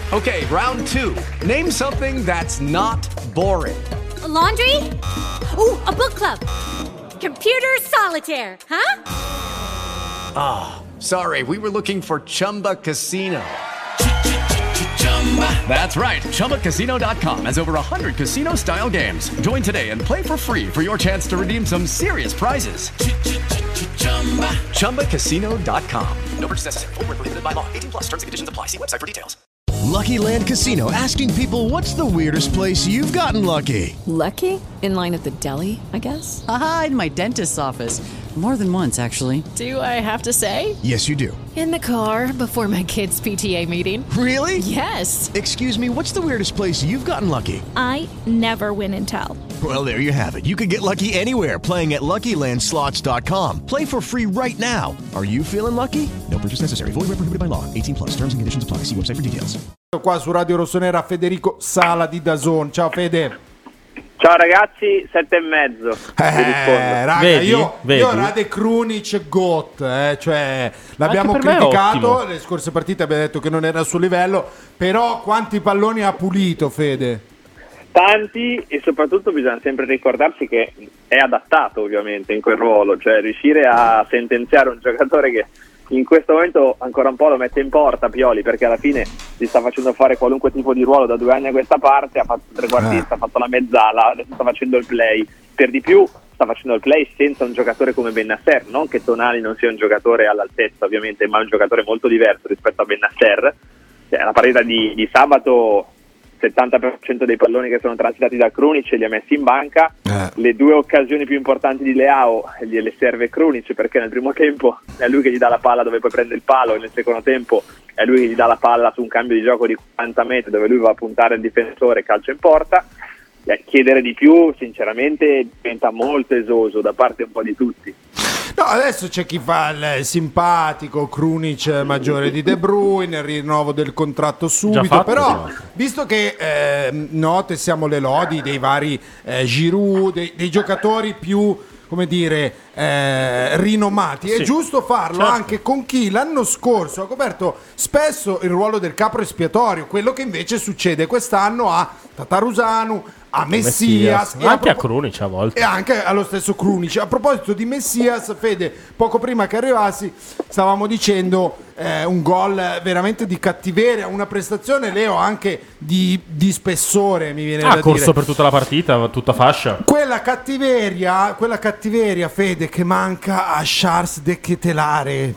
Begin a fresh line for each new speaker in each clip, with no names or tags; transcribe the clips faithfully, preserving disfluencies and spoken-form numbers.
Okay, round two. Name something that's not boring.
A laundry? Ooh, a book club. Computer solitaire, huh?
Ah, oh, sorry, we were looking for Chumba Casino. That's right, Chumba Casino dot com has over one hundred casino-style games. Join today and play for free for your chance to redeem some serious prizes. Chumba Casino dot com. No purchase necessary. Void where prohibited by law. eighteen plus. Terms and conditions apply. See website for details.
Lucky Land Casino, asking people, what's the weirdest place you've gotten lucky?
Lucky? In line at the deli, I guess?
Aha, in my dentist's office. More than once, actually.
Do I have to say?
Yes, you do.
In the car before my kids' P T A meeting.
Really?
Yes.
Excuse me, what's the weirdest place you've gotten lucky?
I never win and tell.
Well, there you have it. You can get lucky anywhere, playing at Lucky Land Slots dot com. Play for free right now. Are you feeling lucky? No purchase necessary. Void where prohibited by law. eighteen plus. Terms and conditions apply. See website for details.
Qua su Radio Rossonera Federico Sala di DAZN. Ciao Fede.
Ciao ragazzi, sette e mezzo.
Eh, raga,
vedi?
io,
Vedi?
io Rade Krunic Got, eh, cioè l'abbiamo
Anche per me è
criticato,
ottimo.
le scorse partite abbiamo detto che non era al suo livello, però quanti palloni ha pulito, Fede?
Tanti, e soprattutto bisogna sempre ricordarsi che è adattato ovviamente in quel ruolo, cioè riuscire a sentenziare un giocatore che in questo momento ancora un po' lo mette in porta Pioli, perché alla fine gli sta facendo fare qualunque tipo di ruolo da due anni a questa parte, ha fatto il trequartista, ha fatto la mezzala, adesso sta facendo il play, per di più sta facendo il play senza un giocatore come Bennacer, non che Tonali non sia un giocatore all'altezza ovviamente, ma un giocatore molto diverso rispetto a Bennacer. Cioè, la partita di, di sabato, settanta per cento dei palloni che sono transitati da Krunic li ha messi in banca, eh. Le due occasioni più importanti di Leao gliele serve Krunic, perché nel primo tempo è lui che gli dà la palla dove poi prende il palo, e nel secondo tempo è lui che gli dà la palla su un cambio di gioco di quaranta metri dove lui va a puntare il difensore, calcio in porta. Eh, chiedere di più sinceramente diventa molto esoso da parte un po' di tutti.
No, adesso c'è chi fa il simpatico, Krunic maggiore di De Bruyne, il rinnovo del contratto subito,
fatto,
però
sì.
Visto che eh, no, tessiamo le lodi dei vari eh, Giroud, dei, dei giocatori più, come dire, eh, rinomati,
Sì.
è giusto farlo,
Certo.
anche con chi l'anno scorso ha coperto spesso il ruolo del capro espiatorio, quello che invece succede quest'anno a Tatarusanu, a Messias, e
anche a,
propo-
Krunic a volte.
e anche allo stesso Krunic. A proposito di Messias, Fede, poco prima che arrivassi stavamo dicendo eh, un gol veramente di cattiveria, una prestazione, Leo, anche di, di spessore, mi viene
Ha
da
corso
dire.
per tutta la partita, tutta fascia.
Quella cattiveria, quella cattiveria, Fede, che manca a Charles De Ketelare.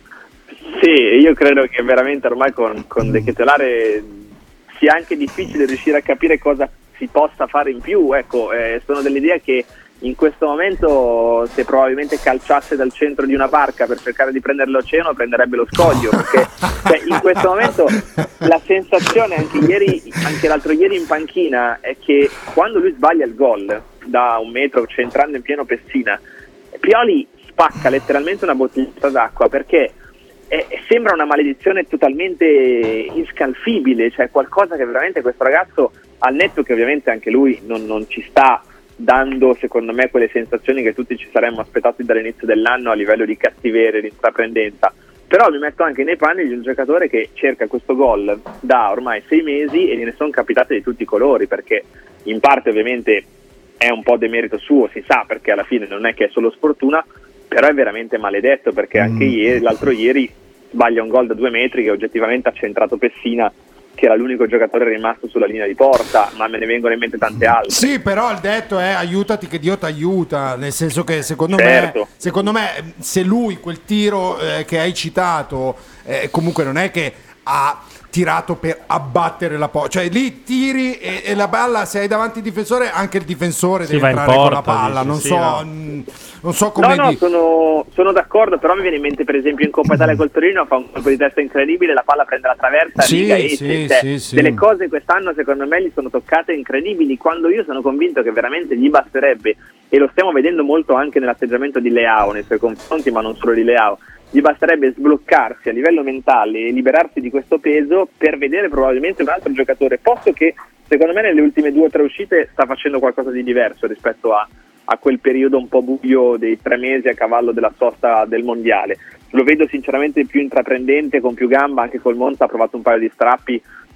Sì, io credo che veramente ormai con, con De Ketelare sia anche difficile riuscire a capire cosa si possa fare in più. Ecco, eh, sono dell'idea che in questo momento, se probabilmente calciasse dal centro di una barca per cercare di prendere l'oceano, prenderebbe lo scoglio, perché cioè, in questo momento la sensazione, anche ieri, anche l'altro ieri in panchina, è che quando lui sbaglia il gol da un metro centrando in pieno Pessina, Pioli spacca letteralmente una bottiglietta d'acqua, perché è, sembra una maledizione totalmente inscalfibile, cioè qualcosa che veramente questo ragazzo, al netto che ovviamente anche lui non, non ci sta dando, secondo me, quelle sensazioni che tutti ci saremmo aspettati dall'inizio dell'anno a livello di cattiveria, di intraprendenza, però mi metto anche nei panni di un giocatore che cerca questo gol da ormai sei mesi e gliene sono capitate di tutti i colori, perché in parte ovviamente è un po' demerito suo, si sa, perché alla fine non è che è solo sfortuna, però è veramente maledetto, perché anche
Mm.
ieri, l'altro ieri sbaglia un gol da due metri che oggettivamente ha centrato Pessina, che era l'unico giocatore rimasto sulla linea di porta, ma me ne vengono in mente tante altre.
Sì, però il detto è aiutati che Dio ti aiuta, nel senso che secondo
Certo.
me secondo me se lui quel tiro eh, che hai citato eh, comunque non è che ha tirato per abbattere la porta, cioè lì tiri e, e la palla, se hai davanti il difensore, anche il difensore
Si
deve
va in
entrare con la
porta,
palla,
dici,
non
sì,
so
no.
mh, non so come
No, no,
di-
sono, sono d'accordo, però mi viene in mente per esempio in Coppa Italia col Torino fa un colpo di testa incredibile, la palla prende la traversa,
Sì,
riga e
sì,
cioè,
sì, sì.
delle cose quest'anno secondo me gli sono toccate incredibili, quando io sono convinto che veramente gli basterebbe, e lo stiamo vedendo molto anche nell'atteggiamento di Leao nei suoi confronti, ma non solo di Leao, gli basterebbe sbloccarsi a livello mentale e liberarsi di questo peso per vedere probabilmente un altro giocatore, posto che secondo me nelle ultime due o tre uscite sta facendo qualcosa di diverso rispetto a, a quel periodo un po' buio dei tre mesi a cavallo della sosta del mondiale. Lo vedo sinceramente più intraprendente, con più gamba, anche col Monza ha provato un paio di strappi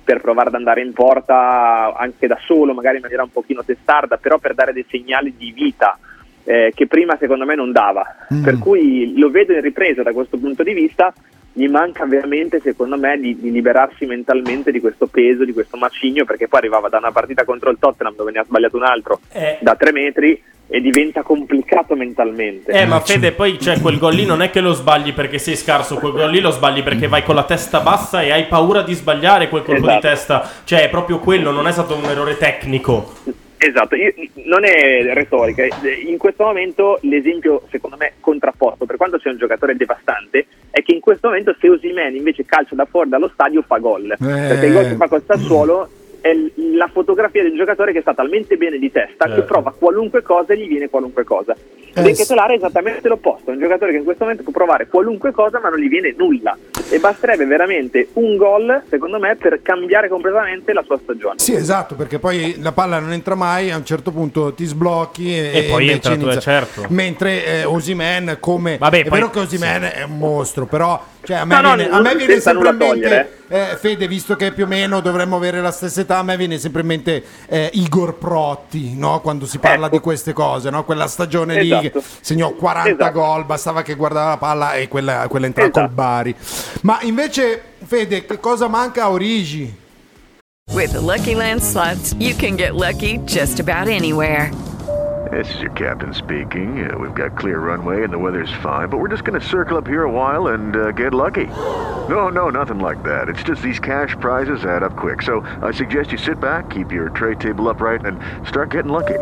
per provare ad andare in porta anche da solo, magari in maniera un pochino testarda, però per dare dei segnali di vita eh, che prima secondo me non dava. Mm. Per cui lo vedo in ripresa da questo punto di vista. Gli manca veramente, secondo me, di, di liberarsi mentalmente di questo peso, di questo macigno, perché poi arrivava da una partita contro il Tottenham dove ne ha sbagliato un altro eh. da tre metri e diventa complicato mentalmente.
Eh, ma Fede, poi cioè, quel gol lì non è che lo sbagli perché sei scarso, quel gol lì lo sbagli perché vai con la testa bassa e hai paura di sbagliare quel colpo esatto. di testa. Cioè, è proprio quello, non è stato un errore tecnico.
Esatto, io, non è retorica. In questo momento l'esempio, secondo me, contrapposto, per quanto sia un giocatore devastante, è che in questo momento se Osimhen invece calcia da fuori dallo stadio fa gol. Eh. Perché il gol che fa col Sassuolo è la fotografia di un giocatore che sta talmente bene di testa eh. che prova qualunque cosa e gli viene qualunque cosa. Eh. De Ketelaere è esattamente l'opposto, è un giocatore che in questo momento può provare qualunque cosa ma non gli viene nulla, e basterebbe veramente un gol, secondo me, per cambiare completamente la sua stagione.
Sì, esatto, perché poi la palla non entra mai, a un certo punto ti sblocchi e,
e poi entra,
inizia.
certo.
Mentre eh, Osimhen, come
Vabbè,
è
poi,
vero che Osimhen sì. è un mostro, però cioè, a me
no,
viene,
no,
a me viene sempre in mente
eh,
Fede, visto che più o meno dovremmo avere la stessa età, a me viene sempre in mente eh, Igor Protti, no? Quando si parla
ecco.
di queste cose, no? Quella stagione
esatto.
lì che segnò quaranta
esatto.
gol, bastava che guardava la palla e quella, quella entrava esatto. col Bari. Ma invece, Fede, che cosa manca a Origi?
With the Lucky Land Slots, you can get lucky just about anywhere.
This is your captain speaking. Uh, we've got clear runway and the weather's fine, but we're just going to circle up here a while and uh, get lucky. No, no, nothing like that. It's just these cash prizes add up quick. So I suggest you sit back, keep your tray table upright, and start getting lucky.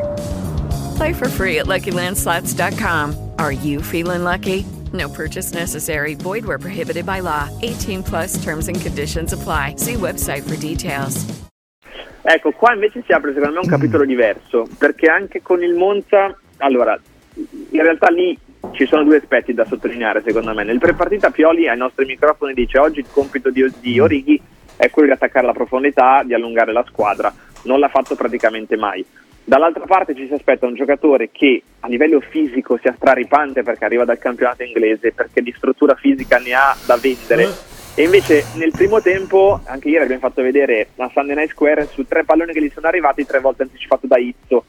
Play for free at Lucky Land Slots dot com. Are you feeling lucky? No purchase necessary. Void where prohibited by law. eighteen plus terms and conditions apply. See website for details.
Ecco, qua invece si apre secondo me un capitolo diverso, perché anche con il Monza, allora, in realtà lì ci sono due aspetti da sottolineare secondo me. Nel prepartita Pioli ai nostri microfoni dice: oggi il compito di, di Origi è quello di attaccare la profondità, di allungare la squadra. Non l'ha fatto praticamente mai. Dall'altra parte ci si aspetta un giocatore che a livello fisico sia straripante, perché arriva dal campionato inglese, perché di struttura fisica ne ha da vendere. E invece nel primo tempo, anche ieri abbiamo fatto vedere a Sunday Night Square, su tre palloni che gli sono arrivati, tre volte anticipato da Izzo,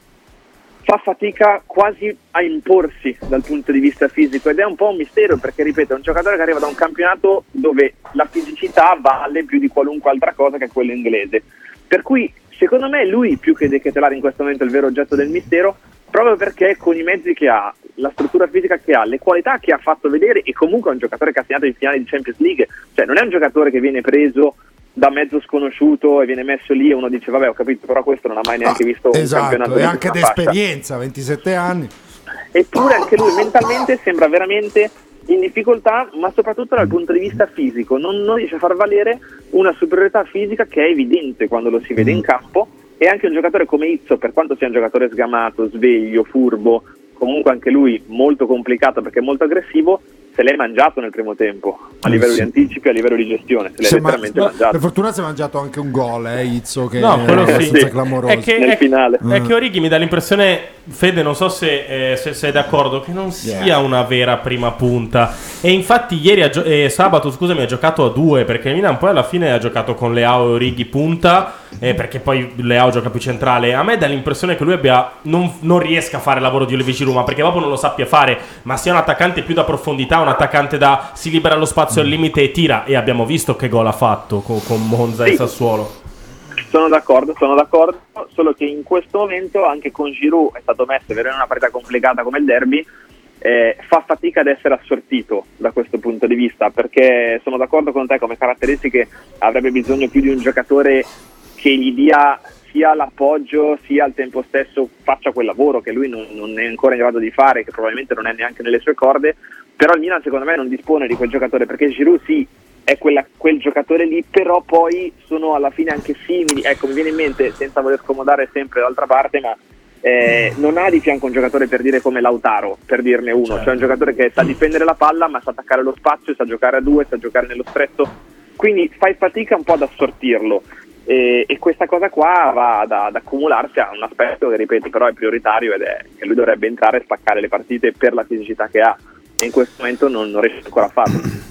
fa fatica quasi a imporsi dal punto di vista fisico, ed è un po' un mistero, perché ripeto, è un giocatore che arriva da un campionato dove la fisicità vale più di qualunque altra cosa, che è quello inglese, per cui secondo me lui, più che De Ketelaere in questo momento, è il vero oggetto del mistero, proprio perché con i mezzi che ha, la struttura fisica che ha, le qualità che ha fatto vedere, e comunque è un giocatore che ha segnato in finale di Champions League, cioè non è un giocatore che viene preso da mezzo sconosciuto e viene messo lì e uno dice vabbè, ho capito, però questo non ha mai neanche visto ah, un
esatto,
campionato
e anche d'esperienza, ventisette anni,
eppure anche lui mentalmente sembra veramente in difficoltà, ma soprattutto dal punto di vista fisico non, non riesce a far valere una superiorità fisica che è evidente quando lo si vede in campo. E anche un giocatore come Izzo, per quanto sia un giocatore sgamato, sveglio, furbo, comunque anche lui molto complicato perché è molto aggressivo, se l'è mangiato nel primo tempo, a livello eh sì. di anticipi, a livello di gestione, se l'è
si
letteralmente
ma-
mangiato.
Per fortuna si è mangiato anche un gol, eh, Izzo, che
no, quello
è abbastanza
sì.
clamoroso.
È che,
nel
è,
finale.
È che Origi mi dà l'impressione, Fede, non so se, eh, se sei d'accordo, che non sia yeah. una vera prima punta. E infatti ieri, ha gio- eh, sabato, scusami, ha giocato a due, perché Milan poi alla fine ha giocato con Leao e Origi punta, eh, perché poi Leao gioca più centrale. A me dà l'impressione che lui abbia non, non riesca a fare il lavoro di Olivier Giroud, ma perché proprio non lo sappia fare, ma sia un attaccante più da profondità, un attaccante da si libera lo spazio al limite e tira, e abbiamo visto che gol ha fatto con, con Monza sì. e Sassuolo.
Sono d'accordo, sono d'accordo, solo che in questo momento anche con Giroud è stato messo, è vero, in una partita complicata come il derby, eh, fa fatica ad essere assortito da questo punto di vista, perché sono d'accordo con te, come caratteristiche avrebbe bisogno più di un giocatore che gli dia sia l'appoggio sia al tempo stesso faccia quel lavoro che lui non, non è ancora in grado di fare, che probabilmente non è neanche nelle sue corde. Però il Milan secondo me non dispone di quel giocatore, perché Giroud sì, è quella, quel giocatore lì, però poi sono alla fine anche simili. Ecco, mi viene in mente, senza voler scomodare sempre dall'altra parte, ma eh, non ha di fianco un giocatore, per dire, come Lautaro, per dirne uno, certo. Cioè un giocatore che sa difendere la palla ma sa attaccare lo spazio, sa giocare a due, sa giocare nello stretto, quindi fai fatica un po' ad assortirlo. E, e questa cosa qua va ad, ad accumularsi a un aspetto che, ripeto, però è prioritario, ed è che lui dovrebbe entrare e spaccare le partite per la fisicità che ha, e in questo momento non, non riesce ancora a farlo.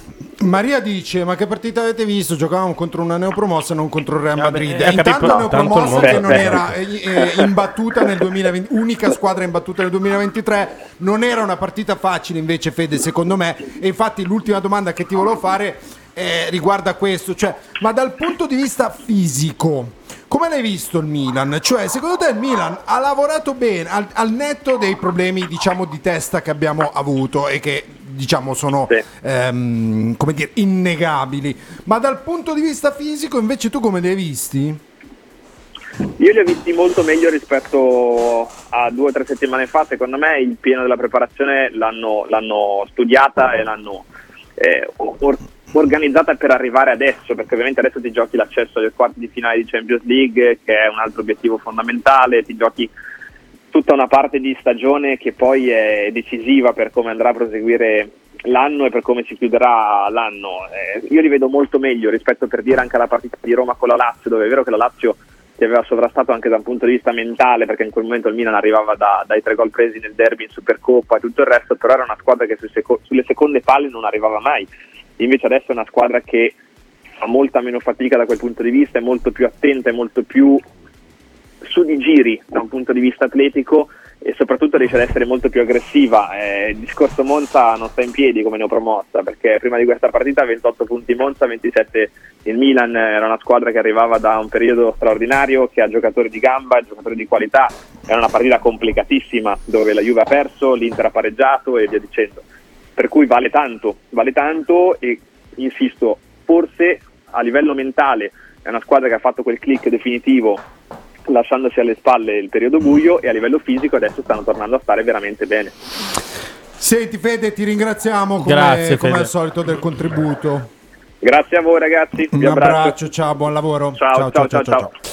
Maria dice: ma che partita avete visto? Giocavamo contro una neopromossa e non contro il Real Madrid.
Eh,
E intanto
capito,
neopromossa
tanto
che
il
non
mondo-
era eh, imbattuta nel duemilaventi, unica squadra imbattuta nel duemilaventitré. Non era una partita facile invece, Fede, secondo me. E infatti l'ultima domanda che ti volevo fare eh, riguarda questo, cioè, ma dal punto di vista fisico come l'hai visto il Milan? Cioè, secondo te il Milan ha lavorato bene al, al netto dei problemi, diciamo, di testa che abbiamo avuto e che, diciamo, sono
Sì.
ehm, come dire, innegabili, ma dal punto di vista fisico invece tu come li hai visti?
Io li ho visti molto meglio rispetto a due o tre settimane fa. Secondo me il pieno della preparazione l'hanno, l'hanno studiata e l'hanno eh, or- organizzata per arrivare adesso, perché ovviamente adesso ti giochi l'accesso ai quarti di finale di Champions League, che è un altro obiettivo fondamentale, ti giochi tutta una parte di stagione che poi è decisiva per come andrà a proseguire l'anno e per come si chiuderà l'anno. Eh, io li vedo molto meglio rispetto, per dire, anche alla partita di Roma con la Lazio, dove è vero che la Lazio ti aveva sovrastato anche da un punto di vista mentale, perché in quel momento il Milan arrivava da, dai tre gol presi nel derby in Supercoppa e tutto il resto, però era una squadra che sui seco- sulle seconde palle non arrivava mai. Invece adesso è una squadra che fa molta meno fatica da quel punto di vista, è molto più attenta, è molto più su di giri da un punto di vista atletico e soprattutto riesce ad essere molto più aggressiva. Eh, il discorso Monza non sta in piedi come neopromossa, perché prima di questa partita ventotto punti Monza, ventisette il Milan. Era una squadra che arrivava da un periodo straordinario, che ha giocatori di gamba, giocatori di qualità. Era una partita complicatissima dove la Juve ha perso, l'Inter ha pareggiato e via dicendo, per cui vale tanto, vale tanto e insisto, forse a livello mentale è una squadra che ha fatto quel click definitivo lasciandosi alle spalle il periodo buio, e a livello fisico adesso stanno tornando a stare veramente bene.
Senti Fede, ti ringraziamo come,
Grazie,
come
Fede.
al solito del contributo.
Grazie a voi ragazzi, vi
Un
abbraccio.
abbraccio, ciao, buon lavoro.
Ciao, ciao, ciao, ciao.